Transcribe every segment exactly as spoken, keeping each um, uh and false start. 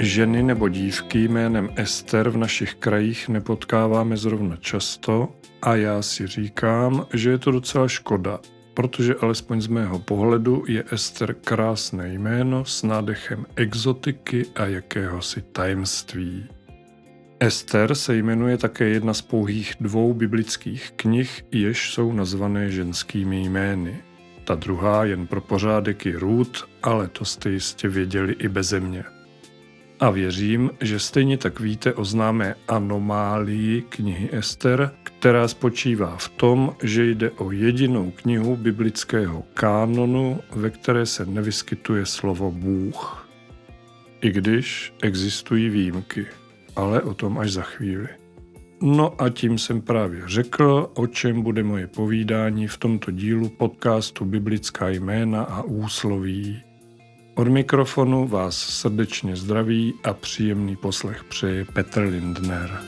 Ženy nebo dívky jménem Ester v našich krajích nepotkáváme zrovna často a já si říkám, že je to docela škoda, protože alespoň z mého pohledu je Ester krásné jméno s nádechem exotiky a jakéhosi tajemství. Ester se jmenuje také jedna z pouhých dvou biblických knih, jež jsou nazvané ženskými jmény. Ta druhá jen pro pořádek je Rút, ale to jste jistě věděli i beze mě. A věřím, že stejně tak víte o známé anomálii knihy Ester, která spočívá v tom, že jde o jedinou knihu biblického kánonu, ve které se nevyskytuje slovo Bůh. I když existují výjimky, ale o tom až za chvíli. No a tím jsem právě řekl, o čem bude moje povídání v tomto dílu podcastu Biblická jména a úsloví. Od mikrofonu vás srdečně zdraví a příjemný poslech přeje Petr Lindner.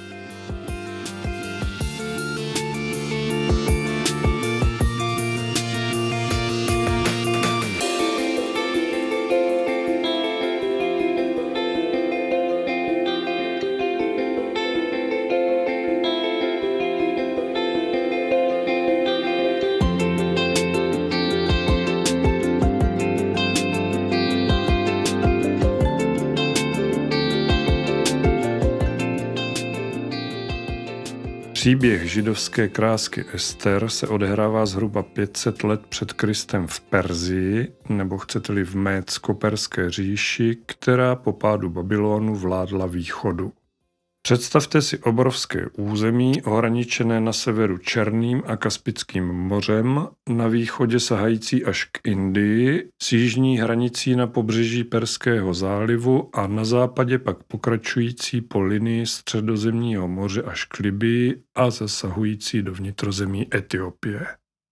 Příběh židovské krásky Ester se odehrává zhruba pět set let před Kristem v Persii, nebo chcete-li v Médsko-perské říši, která po pádu Babylonu vládla východu. Představte si obrovské území ohraničené na severu Černým a Kaspickým mořem, na východě sahající až k Indii, s jižní hranicí na pobřeží Perského zálivu a na západě pak pokračující po linii Středozemního moře až k Libii a zasahující do vnitrozemí Etiopie.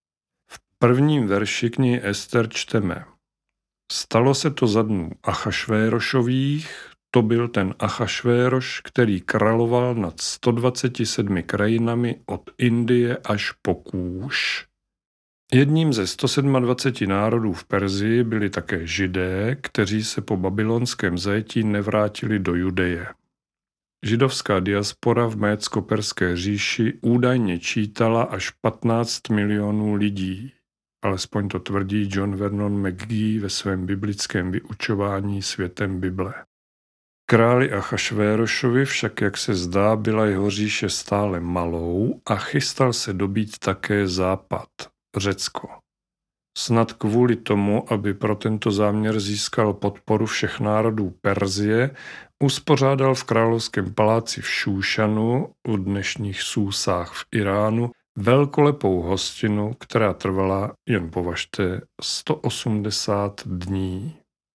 V prvním verši knihy Ester čteme: Stalo se to za dnů Achašvérošových. To byl ten Achašvéroš, který královal nad sto dvaceti sedmi krajinami od Indie až po Kůš. Jedním ze sto dvaceti sedmi národů v Persii byli také Židé, kteří se po babylonském zajetí nevrátili do Judeje. Židovská diaspora v Médsko-perské říši údajně čítala až patnáct milionů lidí. Alespoň to tvrdí John Vernon McGee ve svém biblickém vyučování světem Bible. Králi Achašvérošovi však, jak se zdá, byla jeho říše stále malou a chystal se dobít také západ, Řecko. Snad kvůli tomu, aby pro tento záměr získal podporu všech národů Perzie, uspořádal v královském paláci v Šúšanu, v dnešních Súsách v Iránu, velkolepou hostinu, která trvala, jen považte, sto osmdesát dní.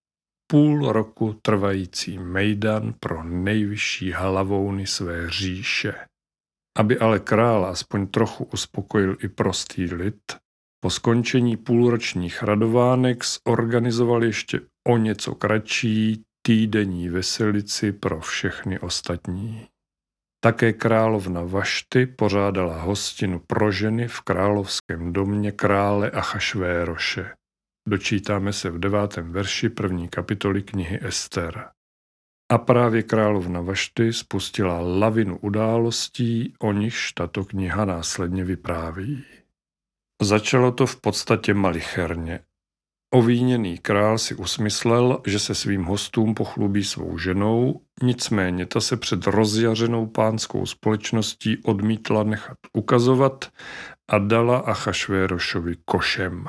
Půl roku trvající mejdan pro nejvyšší hlavouny své říše. Aby ale král aspoň trochu uspokojil i prostý lid, po skončení půlročních radovánek zorganizoval ještě o něco kratší týdenní veselici pro všechny ostatní. Také královna Vašty pořádala hostinu pro ženy v královském domě krále Achašvéroše. Dočítáme se v devátém verši první kapitoly knihy Ester. A právě královna Vašty spustila lavinu událostí, o nichž tato kniha následně vypráví. Začalo to v podstatě malicherně. Ovíněný král si usmyslel, že se svým hostům pochlubí svou ženou, nicméně ta se před rozjařenou pánskou společností odmítla nechat ukazovat a dala Achašvérošovi košem.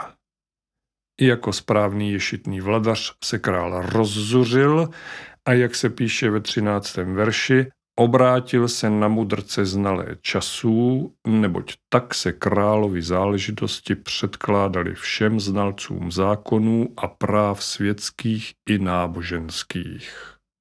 I jako správný ješitný vladař se král rozzuřil a jak se píše ve třináctém verši, obrátil se na mudrce znalé časů, neboť tak se královi záležitosti předkládaly všem znalcům zákonů a práv světských i náboženských.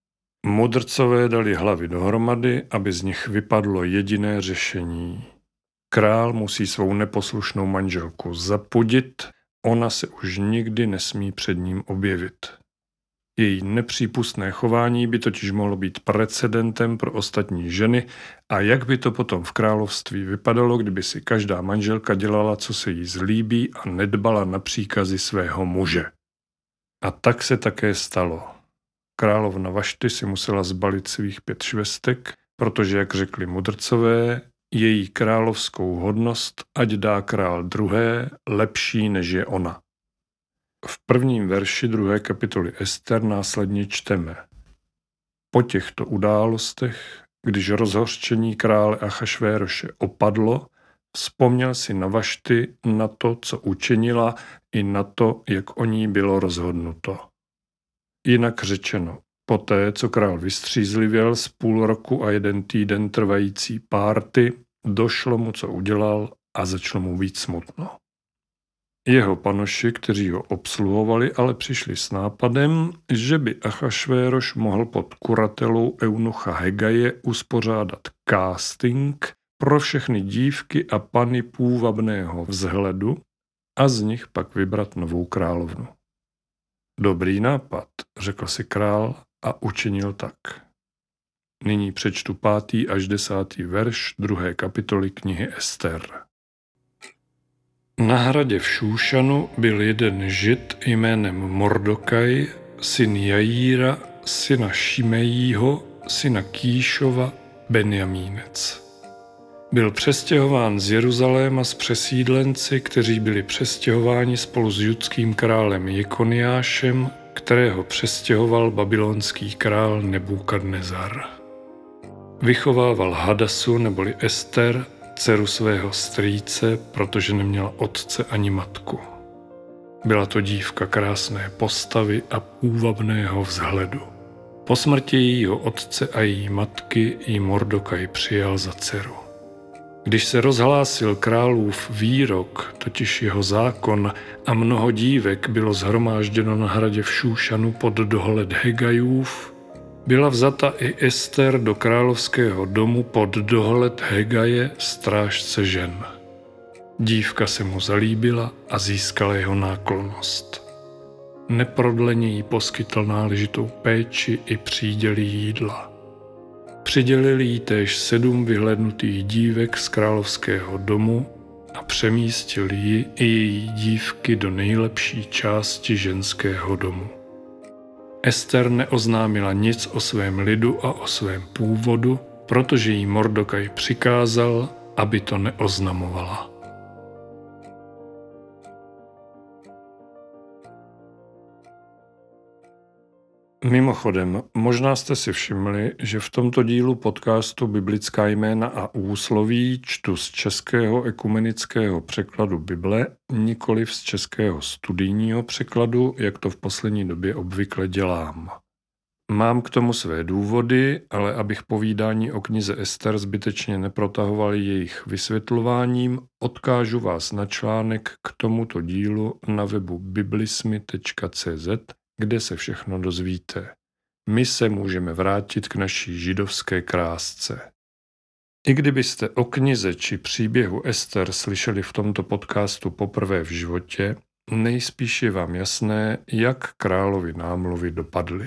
Mudrcové dali hlavy dohromady, aby z nich vypadlo jediné řešení. Král musí svou neposlušnou manželku zapudit, ona se už nikdy nesmí před ním objevit. Její nepřípustné chování by totiž mohlo být precedentem pro ostatní ženy a jak by to potom v království vypadalo, kdyby si každá manželka dělala, co se jí zlíbí a nedbala na příkazy svého muže. A tak se také stalo. Královna Vašty si musela zbalit svých pět švestek, protože, jak řekli mudrcové, její královskou hodnost ať dá král druhé, lepší než je ona. V prvním verši druhé kapitoly Ester následně čteme: Po těchto událostech, když rozhořčení krále Achašvéroše opadlo, vzpomněl si na Vašty, na to, co učinila, i na to, jak o ní bylo rozhodnuto. Jinak řečeno, poté, co král vystřízlivěl z půl roku a jeden týden trvající párty, došlo mu, co udělal, a začalo mu být smutno. Jeho panoši, kteří ho obsluhovali, ale přišli s nápadem, že by Achašvéroš mohl pod kuratelou eunucha Hegaje uspořádat casting pro všechny dívky a pany půvabného vzhledu a z nich pak vybrat novou královnu. Dobrý nápad, řekl si král a učinil tak. Nyní přečtu pátý až desátý verš druhé kapitoly knihy Ester. Na hradě v Šúšanu byl jeden Žid jménem Mordokaj, syn Jajíra, syna Šimejího, syna Kýšova, Benjamínec. Byl přestěhován z Jeruzaléma s přesídlenci, kteří byli přestěhováni spolu s judským králem Jekoniášem, kterého přestěhoval babylonský král Nebukadnezar. Vychovával Hadasu neboli Ester, dceru svého strýce, protože neměla otce ani matku. Byla to dívka krásné postavy a půvabného vzhledu. Po smrti jejího otce a její matky ji Mordokaj přijal za dceru. Když se rozhlásil králův výrok, totiž jeho zákon, a mnoho dívek bylo shromážděno na hradě v Šúšanu pod dohled Hegajův, byla vzata i Ester do královského domu pod dohled Hegaje, strážce žen. Dívka se mu zalíbila a získala jeho náklonnost. Neprodleně jí poskytl náležitou péči i příděly jídla. Přidělili jí též sedm vyhlédnutých dívek z královského domu a přemístili ji i její dívky do nejlepší části ženského domu. Ester neoznámila nic o svém lidu a o svém původu, protože jí Mordokaj přikázal, aby to neoznamovala. Mimochodem, možná jste si všimli, že v tomto dílu podcastu Biblická jména a úsloví čtu z českého ekumenického překladu Bible, nikoliv z českého studijního překladu, jak to v poslední době obvykle dělám. Mám k tomu své důvody, ale abych povídání o knize Ester zbytečně neprotahoval jejich vysvětlováním, odkážu vás na článek k tomuto dílu na webu biblismy tečka cé zet, kde se všechno dozvíte. My se můžeme vrátit k naší židovské krásce. I kdybyste o knize či příběhu Ester slyšeli v tomto podcastu poprvé v životě, nejspíš je vám jasné, jak královi námluvy dopadly.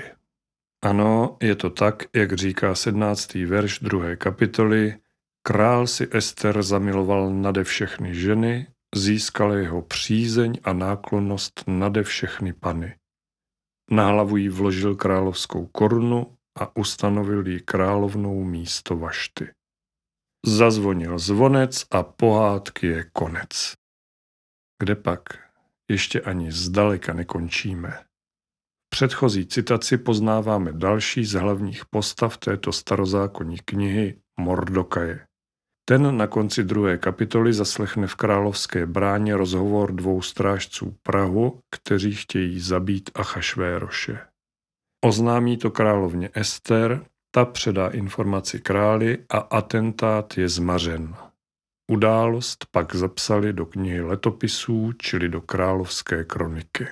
Ano, je to tak, jak říká sedmnáctý verš druhé kapitoly. Král si Ester zamiloval nade všechny ženy, získal jeho přízeň a náklonnost nade všechny pany. Na hlavu jí vložil královskou korunu a ustanovil jí královnou místo Vašty. Zazvonil zvonec a pohádky je konec. Kdepak, ještě ani zdaleka nekončíme. V předchozí citaci poznáváme další z hlavních postav této starozákonní knihy, Mordokaje. Ten na konci druhé kapitoly zaslechne v královské bráně rozhovor dvou strážců prahu, kteří chtějí zabít Achašvéroše. Oznámí to královně Ester, ta předá informaci králi a atentát je zmařen. Událost pak zapsali do knihy letopisů, čili do královské kroniky.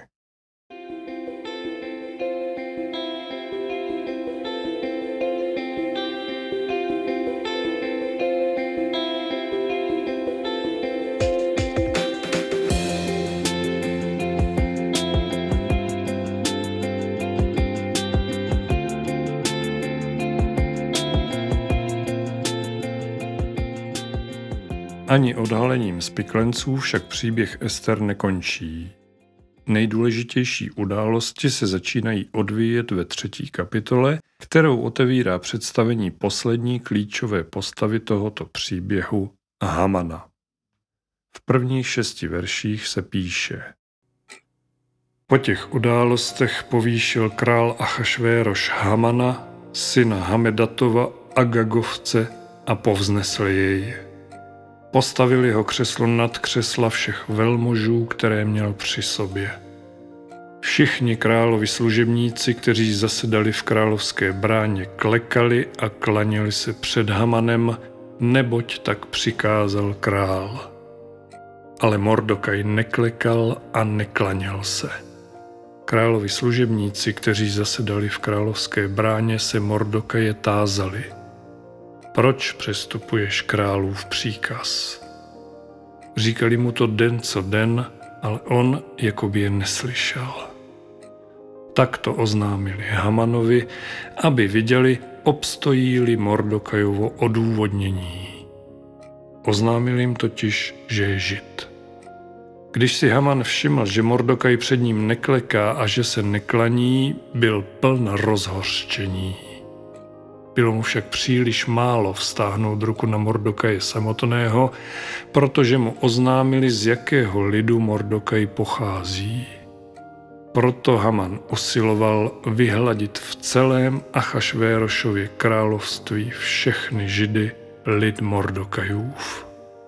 Ani odhalením spiklenců však příběh Ester nekončí. Nejdůležitější události se začínají odvíjet ve třetí kapitole, kterou otevírá představení poslední klíčové postavy tohoto příběhu, Hamana. V prvních šesti verších se píše: Po těch událostech povýšil král Achašvéroš Hamana, syna Hamedatova, Agagovce, a povznesl jej. Postavili ho křeslo nad křesla všech velmožů, které měl při sobě. Všichni královi služebníci, kteří zasedali v královské bráně, klekali a klaněli se před Hamanem, neboť tak přikázal král. Ale Mordokaj neklekal a neklaněl se. Královi služebníci, kteří zasedali v královské bráně, se Mordokaje tázali: Proč přestupuješ králův příkaz? Říkali mu to den co den, ale on jakoby je neslyšel. Tak to oznámili Hamanovi, aby viděli, obstojí-li Mordokajovo odůvodnění. Oznámili jim totiž, že je Žid. Když si Haman všiml, že Mordokaj před ním nekleká a že se neklaní, byl pln rozhořčení. Bylo mu však příliš málo vztáhnout ruku na Mordokaje samotného, protože mu oznámili, z jakého lidu Mordokaj pochází. Proto Haman usiloval vyhladit v celém Achašvérošově království všechny Židy, lid Mordokajův.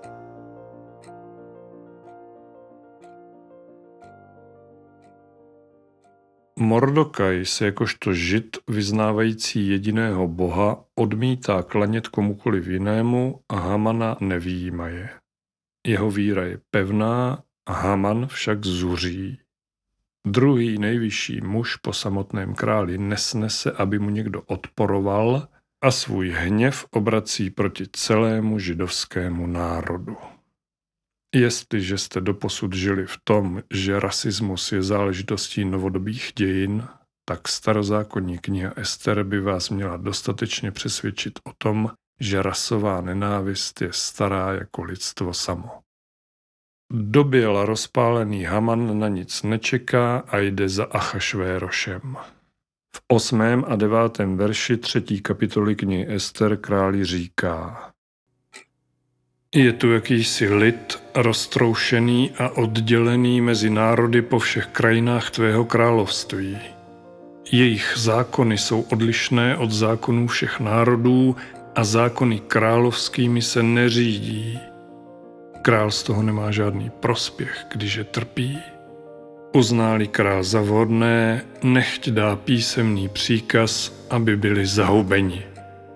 Mordokaj se jakožto Žid vyznávající jediného boha odmítá klanět komukoliv jinému a Hamana nevyjímaje. Jeho víra je pevná a Haman však zuří. Druhý nejvyšší muž po samotném králi nesnese, aby mu někdo odporoval, a svůj hněv obrací proti celému židovskému národu. Jestliže jste doposud žili v tom, že rasismus je záležitostí novodobých dějin, tak starozákonní kniha Ester by vás měla dostatečně přesvědčit o tom, že rasová nenávist je stará jako lidstvo samo. Doběla rozpálený Haman na nic nečeká a jde za Achašvérošem. V osmém a devátém verši třetí kapitoly knihy Ester králi říká: Je tu jakýsi lid roztroušený a oddělený mezi národy po všech krajinách tvého království. Jejich zákony jsou odlišné od zákonů všech národů a zákony královskými se neřídí. Král z toho nemá žádný prospěch, když je trpí. Uzná-li král za vhodné, nechť dá písemný příkaz, aby byli zahubeni.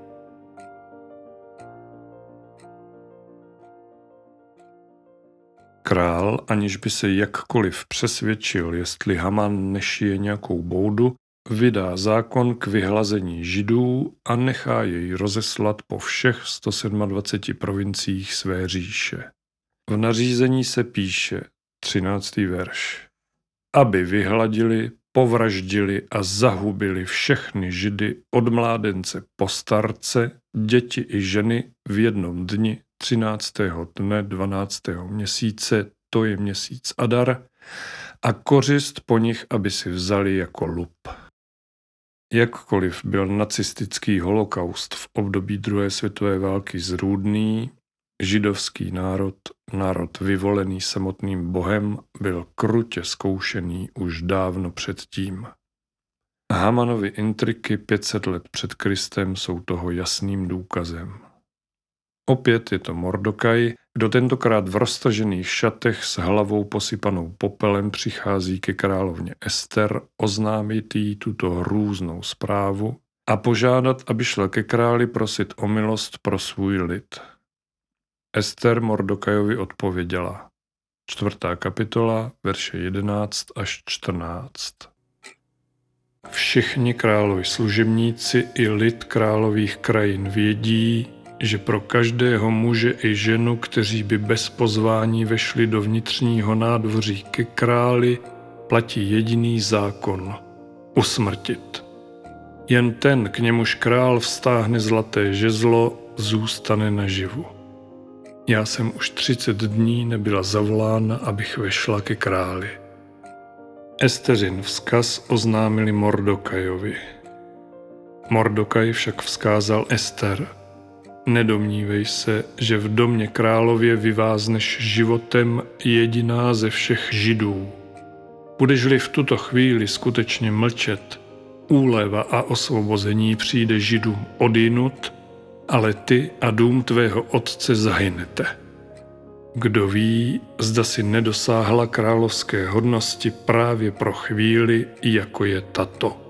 Král, aniž by se jakkoliv přesvědčil, jestli Haman nešije nějakou boudu, vydá zákon k vyhlazení Židů a nechá jej rozeslat po všech sto dvaceti sedmi provinciích své říše. V nařízení se píše, třináctý verš, aby vyhladili, povraždili a zahubili všechny Židy od mládence po starce, děti i ženy v jednom dni třináctého dne dvanáctého měsíce, to je měsíc Adar, a kořist po nich, aby si vzali jako lup. Jakkoliv byl nacistický holokaust v období druhé světové války zrůdný, židovský národ, národ vyvolený samotným Bohem, byl krutě zkoušený už dávno předtím. Hamanovy intriky pět set let před Kristem jsou toho jasným důkazem. Opět je to Mordokaj, kdo tentokrát v roztažených šatech s hlavou posypanou popelem přichází ke královně Ester oznámit jí tuto hrůznou zprávu a požádat, aby šla ke králi prosit o milost pro svůj lid. Ester Mordokajovi odpověděla. Čtvrtá kapitola, verše jedenáct až čtrnáct. Všichni královi služebníci i lid králových krajin vědí, že pro každého muže i ženu, kteří by bez pozvání vešli do vnitřního nádvoří ke králi, platí jediný zákon – usmrtit. Jen ten, k němuž král vztáhne zlaté žezlo, zůstane naživu. Já jsem už třicet dní nebyla zavolána, abych vešla ke králi. Esteřin vzkaz oznámili Mordokajovi. Mordokaj však vzkázal Ester: Nedomnívej se, že v domě králově vyvázneš životem jediná ze všech Židů. Budeš-li v tuto chvíli skutečně mlčet, úleva a osvobození přijde Židům odjinud, ale ty a dům tvého otce zahynete. Kdo ví, zda si nedosáhla královské hodnosti právě pro chvíli, jako je tato.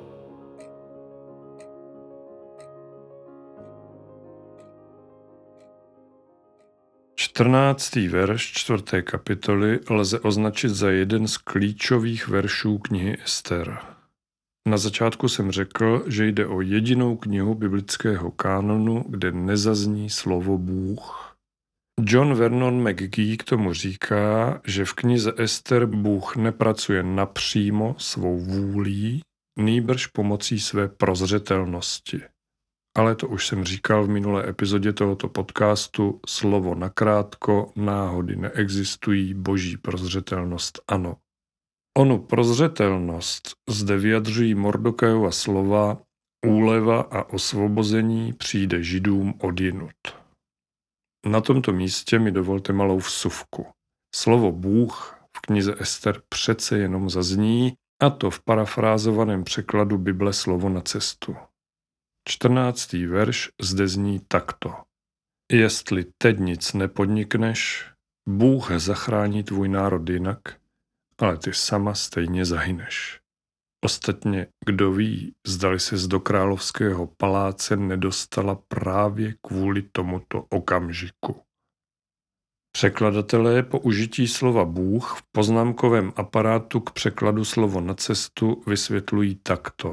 Čtrnáctý verš čtvrté kapitoly lze označit za jeden z klíčových veršů knihy Ester. Na začátku jsem řekl, že jde o jedinou knihu biblického kánonu, kde nezazní slovo Bůh. John Vernon McGee k tomu říká, že v knize Ester Bůh nepracuje napřímo svou vůlí, nýbrž pomocí své prozřetelnosti. Ale to už jsem říkal v minulé epizodě tohoto podcastu, slovo nakrátko, náhody neexistují, boží prozřetelnost ano. Onu prozřetelnost zde vyjadřují Mordokajova slova úleva a osvobození přijde Židům odjinud. Na tomto místě mi dovolte malou vsuvku. Slovo Bůh v knize Ester přece jenom zazní, a to v parafrázovaném překladu Bible slovo na cestu. čtrnáctý verš zde zní takto. Jestli teď nic nepodnikneš, Bůh zachrání tvůj národ jinak, ale ty sama stejně zahyneš. Ostatně, kdo ví, zdali ses do královského paláce nedostala právě kvůli tomuto okamžiku. Překladatelé po užití slova Bůh v poznámkovém aparátu k překladu slovo na cestu vysvětlují takto.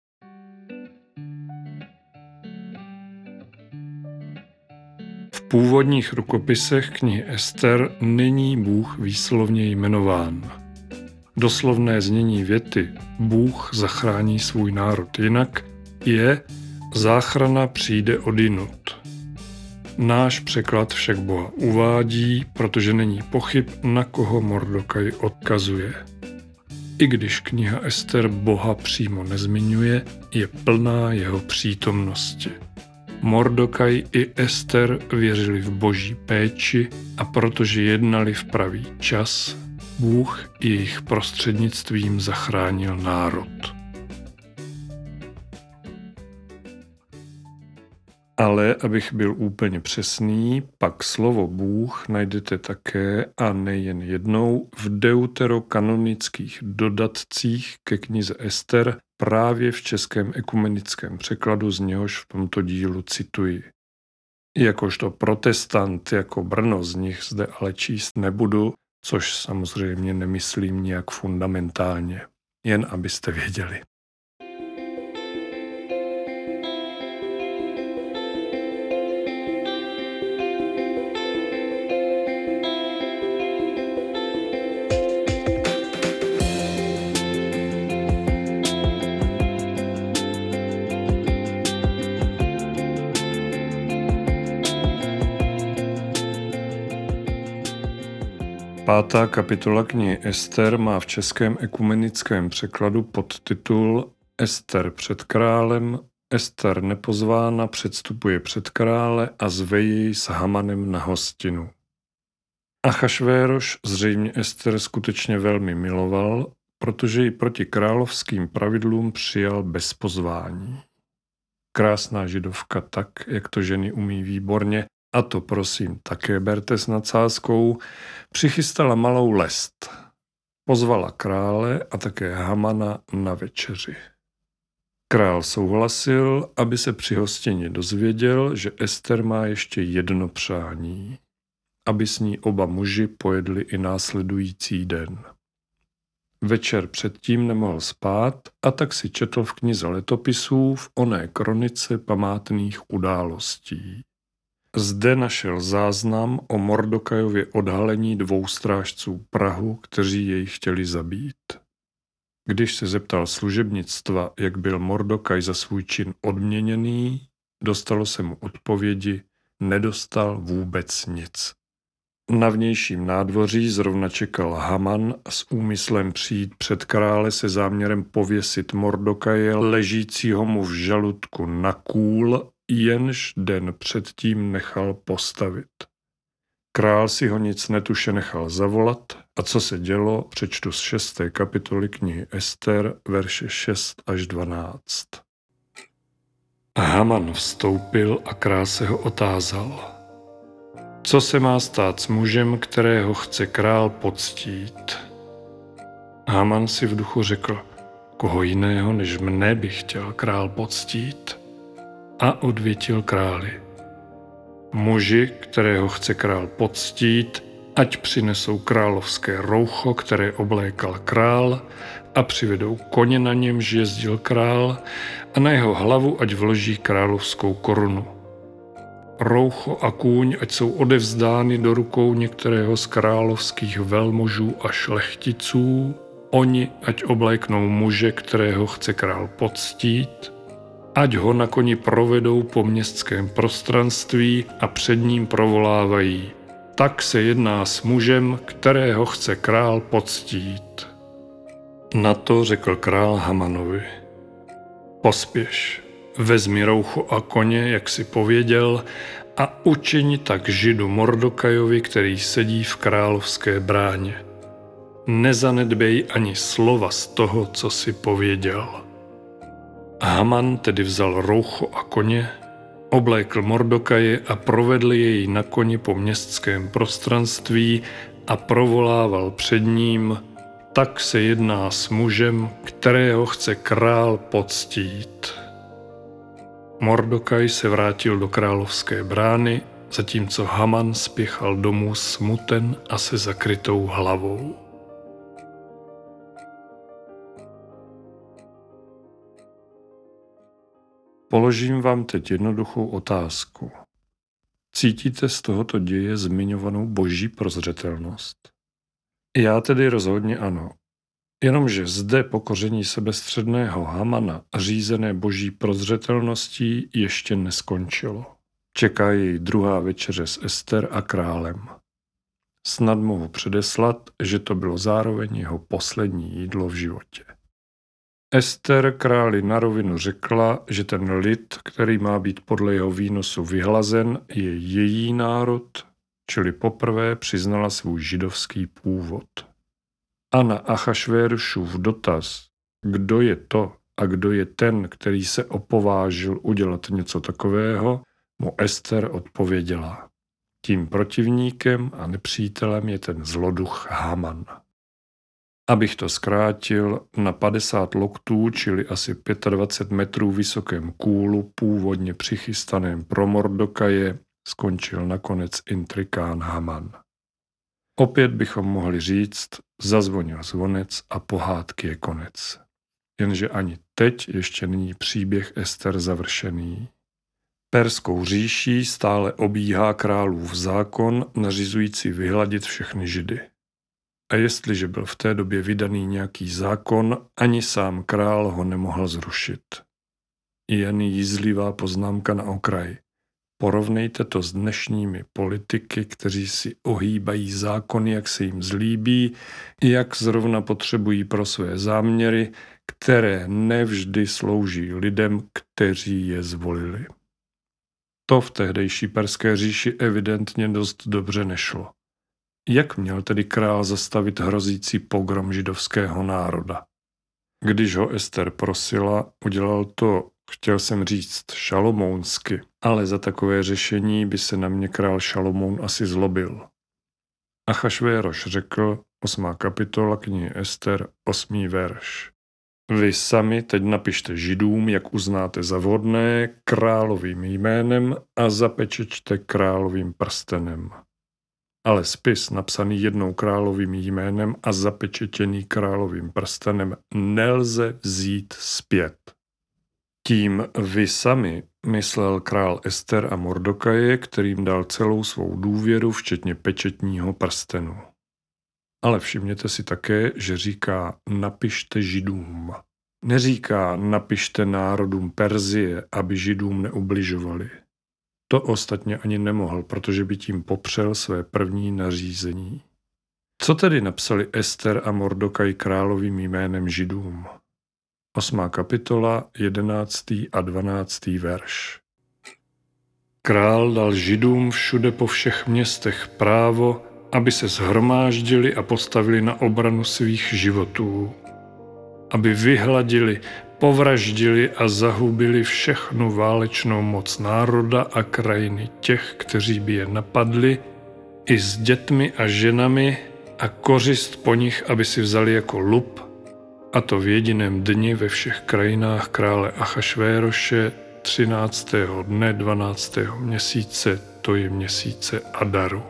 V původních rukopisech knihy Ester není Bůh výslovně jmenován. Doslovné znění věty Bůh zachrání svůj národ jinak je záchrana přijde odjinud. Náš překlad však Boha uvádí, protože není pochyb, na koho Mordokaj odkazuje. I když kniha Ester Boha přímo nezmiňuje, je plná jeho přítomnosti. Mordokaj i Ester věřili v boží péči a protože jednali v pravý čas, Bůh jejich prostřednictvím zachránil národ. Ale abych byl úplně přesný, pak slovo Bůh najdete také a nejen jednou v deuterokanonických dodatcích ke knize Ester právě v českém ekumenickém překladu, z něhož v tomto dílu cituji. Jakožto protestant jako Brno z nich zde ale číst nebudu, což samozřejmě nemyslím nijak fundamentálně, jen abyste věděli. Pátá kapitola knihy Ester má v českém ekumenickém překladu podtitul Ester před králem, Ester nepozvána předstupuje před krále a zve jej s Hamanem na hostinu. Achašvéroš zřejmě Ester skutečně velmi miloval, protože ji proti královským pravidlům přijal bez pozvání. Krásná židovka tak, jak to ženy umí výborně, a to prosím také berte s nadsázkou, přichystala malou lest. Pozvala krále a také Hamana na večeři. Král souhlasil, aby se při hostině dozvěděl, že Ester má ještě jedno přání, aby s ní oba muži pojedli i následující den. Večer předtím nemohl spát a tak si četl v knize letopisů v oné kronice památných událostí. Zde našel záznam o Mordokajově odhalení dvou strážců prahu, kteří jej chtěli zabít. Když se zeptal služebnictva, jak byl Mordokaj za svůj čin odměněný, dostalo se mu odpovědi, nedostal vůbec nic. Na vnějším nádvoří zrovna čekal Haman s úmyslem přijít před krále se záměrem pověsit Mordokaje ležícího mu v žaludku na kůl, jenž den předtím nechal postavit. Král si ho nic netuše nechal zavolat a co se dělo, přečtu z šesté kapitoly knihy Ester, verše šest až dvanáct. Haman vstoupil a král se ho otázal. Co se má stát s mužem, kterého chce král poctít? Haman si v duchu řekl, koho jiného než mne by chtěl král poctít? A odvětil králi. Muži, kterého chce král poctít, ať přinesou královské roucho, které oblékal král, a přivedou koně, na němž jezdil král, a na jeho hlavu ať vloží královskou korunu. Roucho a kůň ať jsou odevzdány do rukou některého z královských velmožů a šlechticů, oni ať obléknou muže, kterého chce král poctít, ať ho na koni provedou po městském prostranství a před ním provolávají. Tak se jedná s mužem, kterého chce král poctít. Na to řekl král Hamanovi. Pospěš, vezmi roucho a koně, jak si pověděl, a učiň tak židu Mordokajovi, který sedí v královské bráně. Nezanedbej ani slova z toho, co si pověděl. Haman tedy vzal roucho a koně, oblékl Mordokaje a provedl jej na koni po městském prostranství a provolával před ním, tak se jedná s mužem, kterého chce král poctít. Mordokaj se vrátil do královské brány, zatímco Haman spěchal domů smuten a se zakrytou hlavou. Položím vám teď jednoduchou otázku. Cítíte z tohoto děje zmiňovanou boží prozřetelnost? Já tedy rozhodně ano. Jenomže zde pokoření sebestředného Hamana řízené boží prozřetelností ještě neskončilo. Čeká jej druhá večeře s Ester a králem. Snad mohu předeslat, že to bylo zároveň jeho poslední jídlo v životě. Ester králi na rovinu řekla, že ten lid, který má být podle jeho výnosu vyhlazen, je její národ, čili poprvé přiznala svůj židovský původ. A na Achašvérušův dotaz, kdo je to a kdo je ten, který se opovážil udělat něco takového, mu Ester odpověděla. Tím protivníkem a nepřítelem je ten zloduch Haman. Abych to zkrátil, na padesát loktů, čili asi dvacet pět metrů vysokém kůlu, původně přichystaném pro Mordokaje, skončil nakonec intrikán Haman. Opět bychom mohli říct, zazvonil zvonec a pohádky je konec. Jenže ani teď ještě není příběh Ester završený. Perskou říší stále obíhá králův zákon, nařizující vyhladit všechny Židy. A jestliže byl v té době vydaný nějaký zákon, ani sám král ho nemohl zrušit. Jen jízlivá poznámka na okraj. Porovnejte to s dnešními politiky, kteří si ohýbají zákony, jak se jim zlíbí, jak zrovna potřebují pro své záměry, které nevždy slouží lidem, kteří je zvolili. To v tehdejší perské říši evidentně dost dobře nešlo. Jak měl tedy král zastavit hrozící pogrom židovského národa? Když ho Ester prosila, udělal to, chtěl jsem říct, šalomounsky, ale za takové řešení by se na mě král Šalomoun asi zlobil. Achašvéroš řekl, osmá kapitola knihy Ester, osmý verš. Vy sami teď napište Židům, jak uznáte za vhodné, královým jménem a zapečečte královým prstenem. Ale spis napsaný jednou královým jménem a zapečetěný královým prstenem nelze vzít zpět. Tím vy sami myslel král Ester a Mordokaje, kterým dal celou svou důvěru, včetně pečetního prstenu. Ale všimněte si také, že říká napište Židům. Neříká napište národům Perzie, aby Židům neubližovali. To ostatně ani nemohl, protože by tím popřel své první nařízení. Co tedy napsali Ester a Mordokaj královým jménem Židům? Osmá kapitola, jedenáctý a dvanáctý verš. Král dal Židům všude po všech městech právo, aby se shromáždili a postavili na obranu svých životů. Aby vyhladili, povraždili a zahubili všechnu válečnou moc národa a krajiny těch, kteří by je napadli, i s dětmi a ženami a kořist po nich, aby si vzali jako lup, a to v jediném dni ve všech krajinách krále Achašvéroše třináctého dne dvanáctého měsíce, to je měsíce Adaru.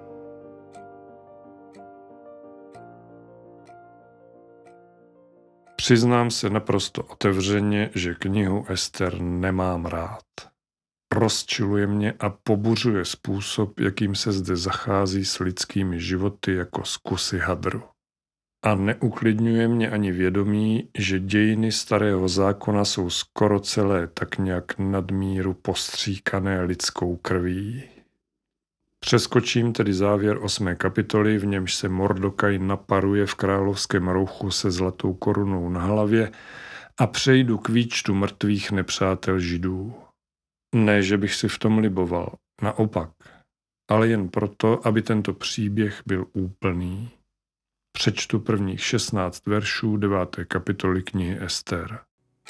Přiznám se naprosto otevřeně, že knihu Ester nemám rád. Rozčiluje mě a pobuřuje způsob, jakým se zde zachází s lidskými životy jako s kusy hadru. A neuklidňuje mě ani vědomí, že dějiny Starého zákona jsou skoro celé tak nějak nadmíru postříkané lidskou krví. Přeskočím tedy závěr osmé kapitoly, v němž se Mordokaj naparuje v královském rouchu se zlatou korunou na hlavě, a přejdu k výčtu mrtvých nepřátel Židů. Ne, že bych si v tom liboval, naopak, ale jen proto, aby tento příběh byl úplný. Přečtu prvních šestnáct veršů deváté kapitoly knihy Ester.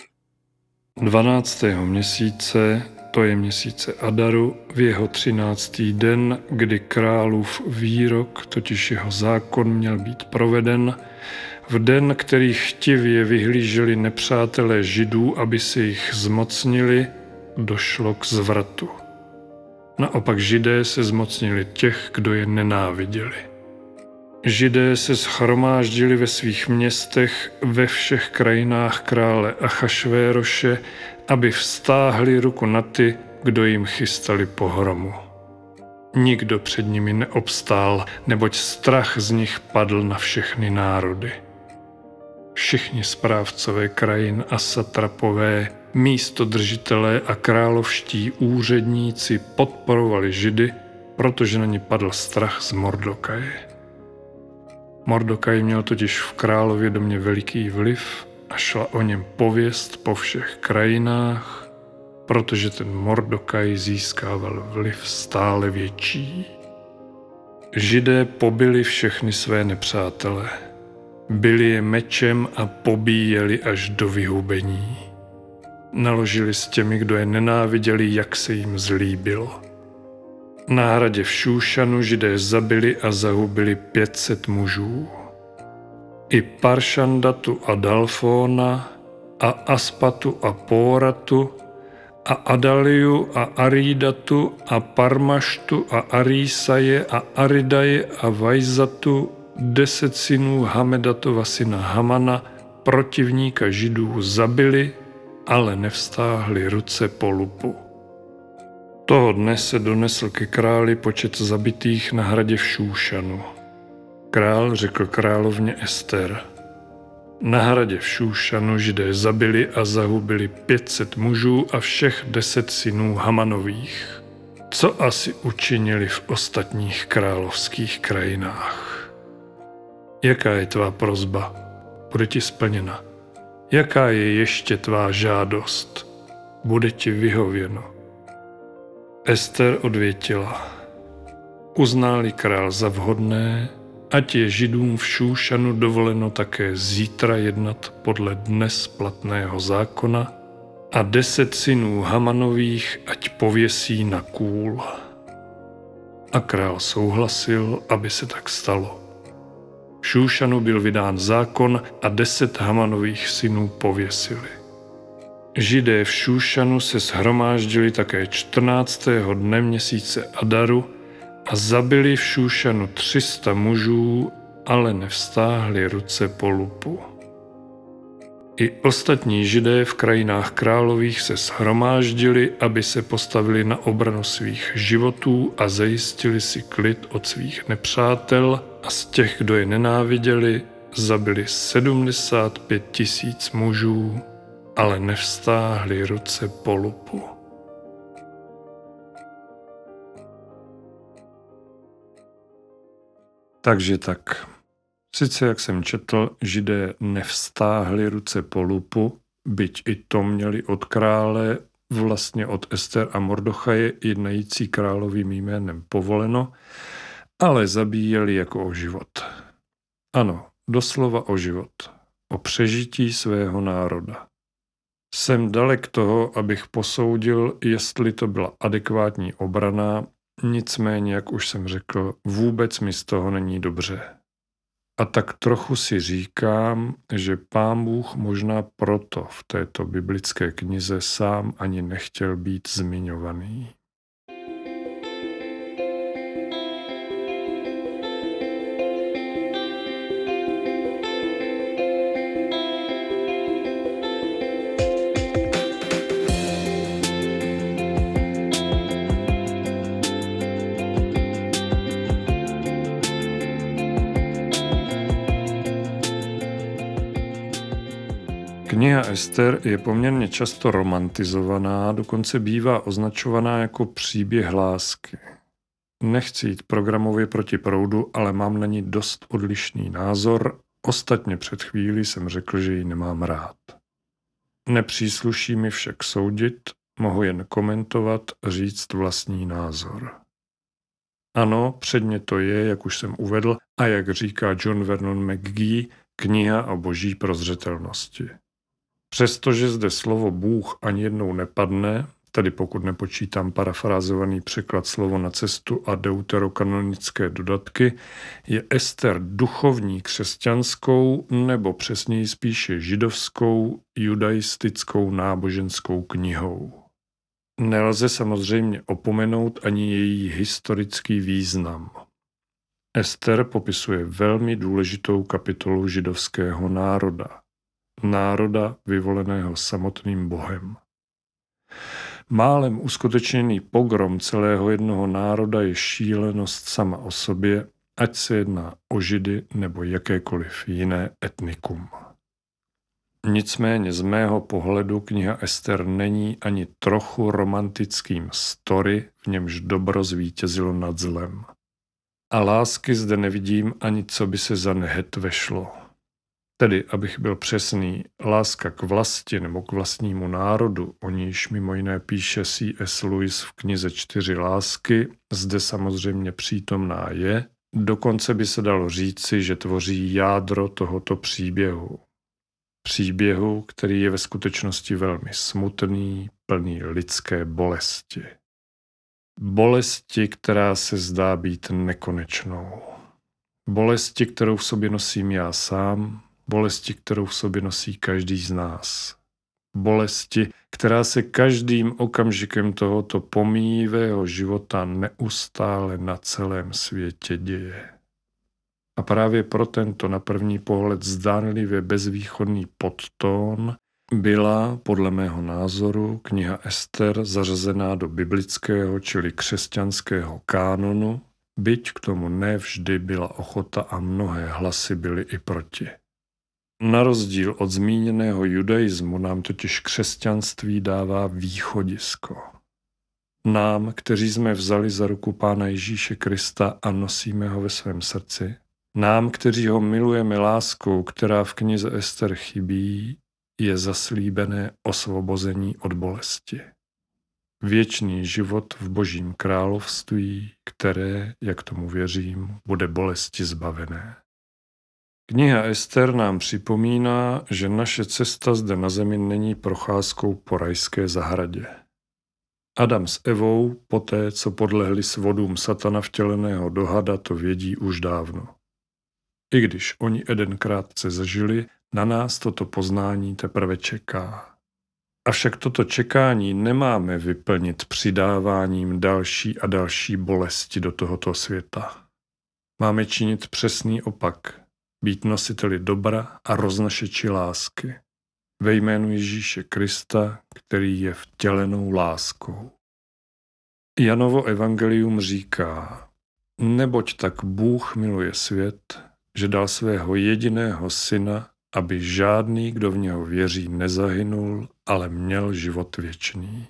dvanáctého měsíce, to je měsíce Adaru, v jeho třináctý den, kdy králův výrok, totiž jeho zákon, měl být proveden, v den, který chtivě vyhlíželi nepřátelé Židů, aby se jich zmocnili, došlo k zvratu. Naopak Židé se zmocnili těch, kdo je nenáviděli. Židé se shromáždili ve svých městech ve všech krajinách krále Achašvéroše, aby vztáhli ruku na ty, kdo jim chystali pohromu. Nikdo před nimi neobstál, neboť strach z nich padl na všechny národy. Všichni správcové krajin a satrapové, místodržitelé a královští úředníci podporovali Židy, protože na ně padl strach z Mordokaje. Mordokaj měl totiž v králově domě veliký vliv a šla o něm pověst po všech krajinách, protože ten Mordokaj získával vliv stále větší. Židé pobili všechny své nepřátele. Byli je mečem a pobíjeli až do vyhubení. Naložili s těmi, kdo je nenáviděli, jak se jim zlíbilo. Na hradě v Šúšanu Židé zabili a zahubili pět set mužů. I Paršandatu a Dalfóna a Aspatu a Póratu a Adaliu a Arídatu a Parmaštu a Arísaje a Aridaje a Vajzatu, deset synů Hamedatova syna Hamana, protivníka Židů, zabili, ale nevstáhli ruce po lupu. Toho dne se donesl ke králi počet zabitých na hradě v Šúšanu. Král řekl královně Ester: na hradě v Šúšanu Židé zabili a zahubili pět set mužů a všech deset synů Hamanových. Co asi učinili v ostatních královských krajinách? Jaká je tvá prosba? Bude ti splněna. Jaká je ještě tvá žádost? Bude ti vyhověno. Ester odvětila: uzná-li král za vhodné, ať je Židům v Šúšanu dovoleno také zítra jednat podle dnes platného zákona a deset synů Hamanových ať pověsí na kůl. A král souhlasil, aby se tak stalo. V Šúšanu byl vydán zákon a deset Hamanových synů pověsili. Židé v Šúšanu se shromáždili také čtrnáctého dne měsíce Adaru a zabili v Šúšanu tři sta mužů, ale nevstáhli ruce po lupu. I ostatní Židé v krajinách králových se shromáždili, aby se postavili na obranu svých životů a zajistili si klid od svých nepřátel, a z těch, kdo je nenáviděli, zabili sedmdesát pět tisíc mužů, ale nevstáhli ruce po lupu. Takže tak. Sice, jak jsem četl, Židé nevstáhli ruce po lupu, byť i to měli od krále, vlastně od Ester a Mordochaje, jednající královým jménem, povoleno, ale zabíjeli jako o život. Ano, doslova o život. O přežití svého národa. Jsem dalek toho, abych posoudil, jestli to byla adekvátní obrana, nicméně, jak už jsem řekl, vůbec mi z toho není dobře. A tak trochu si říkám, že Pán Bůh možná proto v této biblické knize sám ani nechtěl být zmiňovaný. Kniha Ester je poměrně často romantizovaná, dokonce bývá označovaná jako příběh lásky. Nechci jít programově proti proudu, ale mám na ní dost odlišný názor, ostatně před chvílí jsem řekl, že ji nemám rád. Nepřísluší mi však soudit, mohu jen komentovat, říct vlastní názor. Ano, předně to je, jak už jsem uvedl, a jak říká John Vernon McGee, kniha o boží prozřetelnosti. Přestože zde slovo Bůh ani jednou nepadne, tedy pokud nepočítám parafrázovaný překlad slovo na cestu a deuterokanonické dodatky, je Ester duchovní křesťanskou nebo přesněji spíše židovskou, judaistickou náboženskou knihou. Nelze samozřejmě opomenout ani její historický význam. Ester popisuje velmi důležitou kapitolu židovského národa. Národa vyvoleného samotným Bohem. Málem uskutečněný pogrom celého jednoho národa je šílenost sama o sobě, ať se jedná o Židy nebo jakékoliv jiné etnikum. Nicméně z mého pohledu kniha Ester není ani trochu romantickým story, v němž dobro zvítězilo nad zlem. A lásky zde nevidím ani co by se za nehet vešlo. Tedy, abych byl přesný, láska k vlasti nebo k vlastnímu národu, o níž mimo jiné píše C S Lewis v knize Čtyři lásky, zde samozřejmě přítomná je, dokonce by se dalo říci, že tvoří jádro tohoto příběhu. Příběhu, který je ve skutečnosti velmi smutný, plný lidské bolesti. Bolesti, která se zdá být nekonečnou. Bolesti, kterou v sobě nosím já sám, bolesti, kterou v sobě nosí každý z nás. Bolesti, která se každým okamžikem tohoto pomíjivého života neustále na celém světě děje. A právě pro tento na první pohled zdánlivě bezvýchodný podtón byla, podle mého názoru, kniha Ester zařazená do biblického, čili křesťanského kánonu, byť k tomu nevždy byla ochota a mnohé hlasy byly i proti. Na rozdíl od zmíněného judaismu nám totiž křesťanství dává východisko. Nám, kteří jsme vzali za ruku Pána Ježíše Krista a nosíme ho ve svém srdci, nám, kteří ho milujeme láskou, která v knize Ester chybí, je zaslíbené osvobození od bolesti. Věčný život v Božím království, které, jak tomu věřím, bude bolesti zbavené. Kniha Ester nám připomíná, že naše cesta zde na zemi není procházkou po rajské zahradě. Adam s Evou, poté co podlehli svodům satana vtěleného do hada, to vědí už dávno. I když oni Eden krátce zažili, na nás toto poznání teprve čeká. Avšak toto čekání nemáme vyplnit přidáváním další a další bolesti do tohoto světa. Máme činit přesný opak, být nositeli dobra a roznašeči lásky. Ve jménu Ježíše Krista, který je vtělenou láskou. Janovo evangelium říká, neboť tak Bůh miluje svět, že dal svého jediného syna, aby žádný, kdo v něho věří, nezahynul, ale měl život věčný.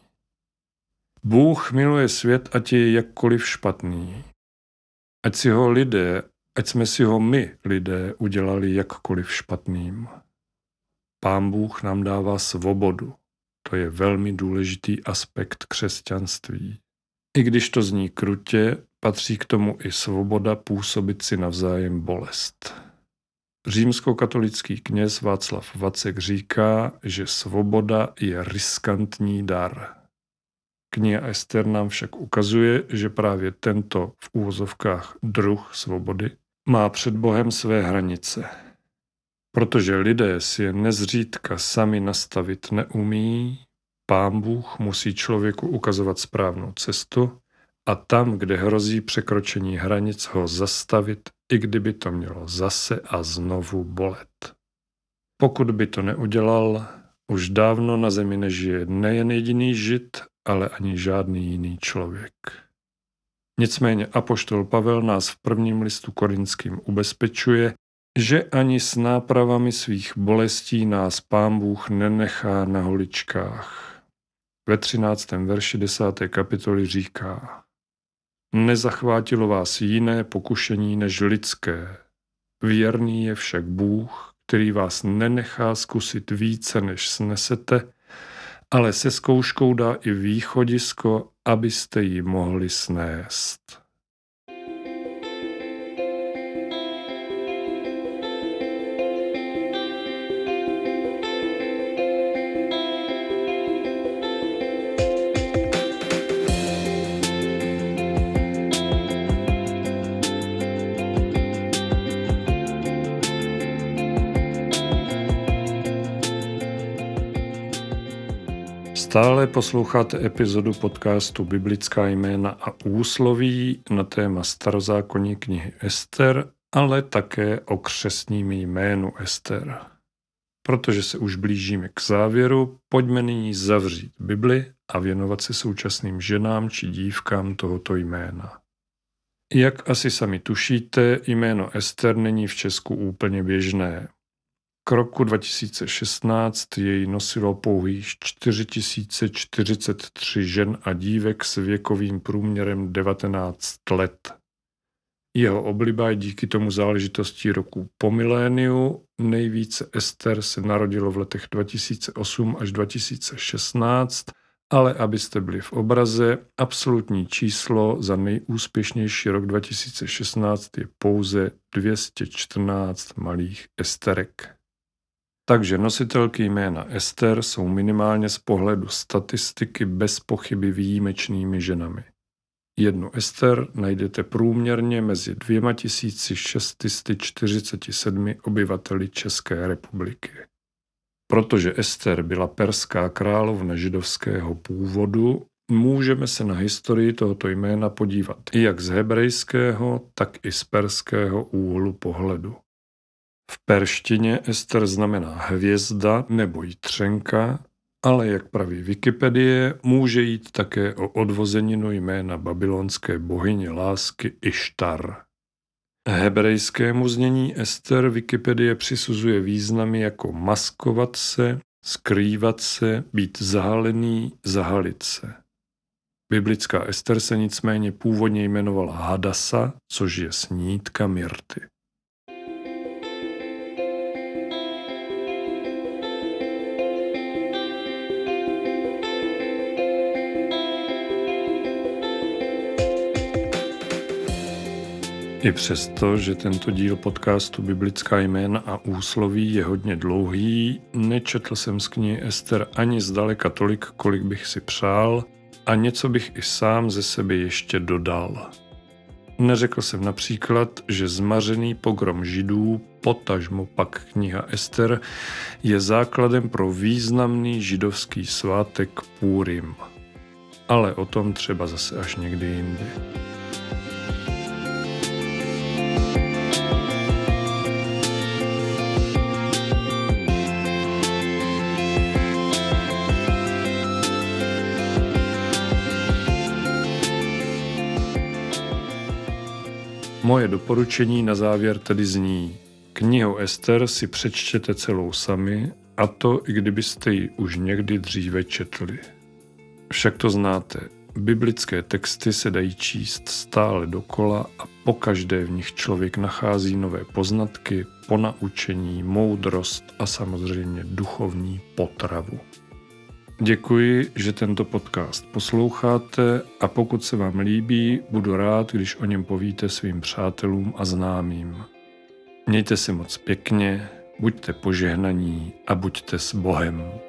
Bůh miluje svět, ať je jakkoliv špatný. Ať si ho lidé, ať jsme si ho my, lidé, udělali jakkoliv špatným. Pán Bůh nám dává svobodu. To je velmi důležitý aspekt křesťanství. I když to zní krutě, patří k tomu i svoboda působit si navzájem bolest. Římskokatolický kněz Václav Vacek říká, že svoboda je riskantní dar. Kniha Ester nám však ukazuje, že právě tento v úvozovkách druh svobody má před Bohem své hranice. Protože lidé si je nezřídka sami nastavit neumí, Pán Bůh musí člověku ukazovat správnou cestu a tam, kde hrozí překročení hranic, ho zastavit, i kdyby to mělo zase a znovu bolet. Pokud by to neudělal, už dávno na zemi nežije nejen jediný Žid, ale ani žádný jiný člověk. Nicméně apoštol Pavel nás v prvním listu Korinským ubezpečuje, že ani s nápravami svých bolestí nás Pán Bůh nenechá na holičkách. Ve třináctém verši desáté kapitoly říká: Nezachvátilo vás jiné pokušení než lidské. Věrný je však Bůh, který vás nenechá zkusit více, než snesete, ale se zkouškou dá i východisko, abyste ji mohli snést. Stále posloucháte epizodu podcastu Biblická jména a úsloví na téma starozákonní knihy Ester, ale také o křestním jménu Ester. Protože se už blížíme k závěru, pojďme nyní zavřít Bibli a věnovat se současným ženám či dívkám tohoto jména. Jak asi sami tušíte, jméno Ester není v Česku úplně běžné. K roku dva tisíce šestnáct jej nosilo pouhých čtyři tisíce čtyřicet tři žen a dívek s věkovým průměrem devatenáct let. Jeho obliba je díky tomu záležitostí roku po miléniu. Nejvíce Ester se narodilo v letech dva tisíce osm až dva tisíce šestnáct, ale abyste byli v obraze, absolutní číslo za nejúspěšnější rok dva tisíce šestnáct je pouze dvě stě čtrnáct malých Esterek. Takže nositelky jména Ester jsou minimálně z pohledu statistiky bez pochyby výjimečnými ženami. Jednu Ester najdete průměrně mezi dvěma tisíci šest set čtyřicet sedm obyvateli České republiky. Protože Ester byla perská královna židovského původu, můžeme se na historii tohoto jména podívat i jak z hebrejského, tak i z perského úhlu pohledu. V perštině Ester znamená hvězda nebo jitřenka, ale jak praví Wikipedie, může jít také o odvozeninu jména babylonské bohyně lásky Ištar. Hebrejskému znění Ester Wikipedie přisuzuje významy jako maskovat se, skrývat se, být zahalený, zahalit se. Biblická Ester se nicméně původně jmenovala Hadasa, což je snídka myrty. I přesto, že tento díl podcastu Biblická jména a úsloví je hodně dlouhý, nečetl jsem z knihy Ester ani zdaleka tolik, kolik bych si přál, a něco bych i sám ze sebe ještě dodal. Neřekl jsem například, že zmařený pogrom Židů, potažmo pak kniha Ester, je základem pro významný židovský svátek Púrim. Ale o tom třeba zase až někdy jindy. Moje doporučení na závěr tedy zní: knihu Ester si přečtěte celou sami, a to i kdybyste ji už někdy dříve četli. Však to znáte, Biblické texty se dají číst stále dokola a pokaždé v nich člověk nachází nové poznatky, ponaučení, moudrost a samozřejmě duchovní potravu. Děkuji, že tento podcast posloucháte a pokud se vám líbí, budu rád, když o něm povíte svým přátelům a známým. Mějte se moc pěkně, buďte požehnaní a buďte s Bohem.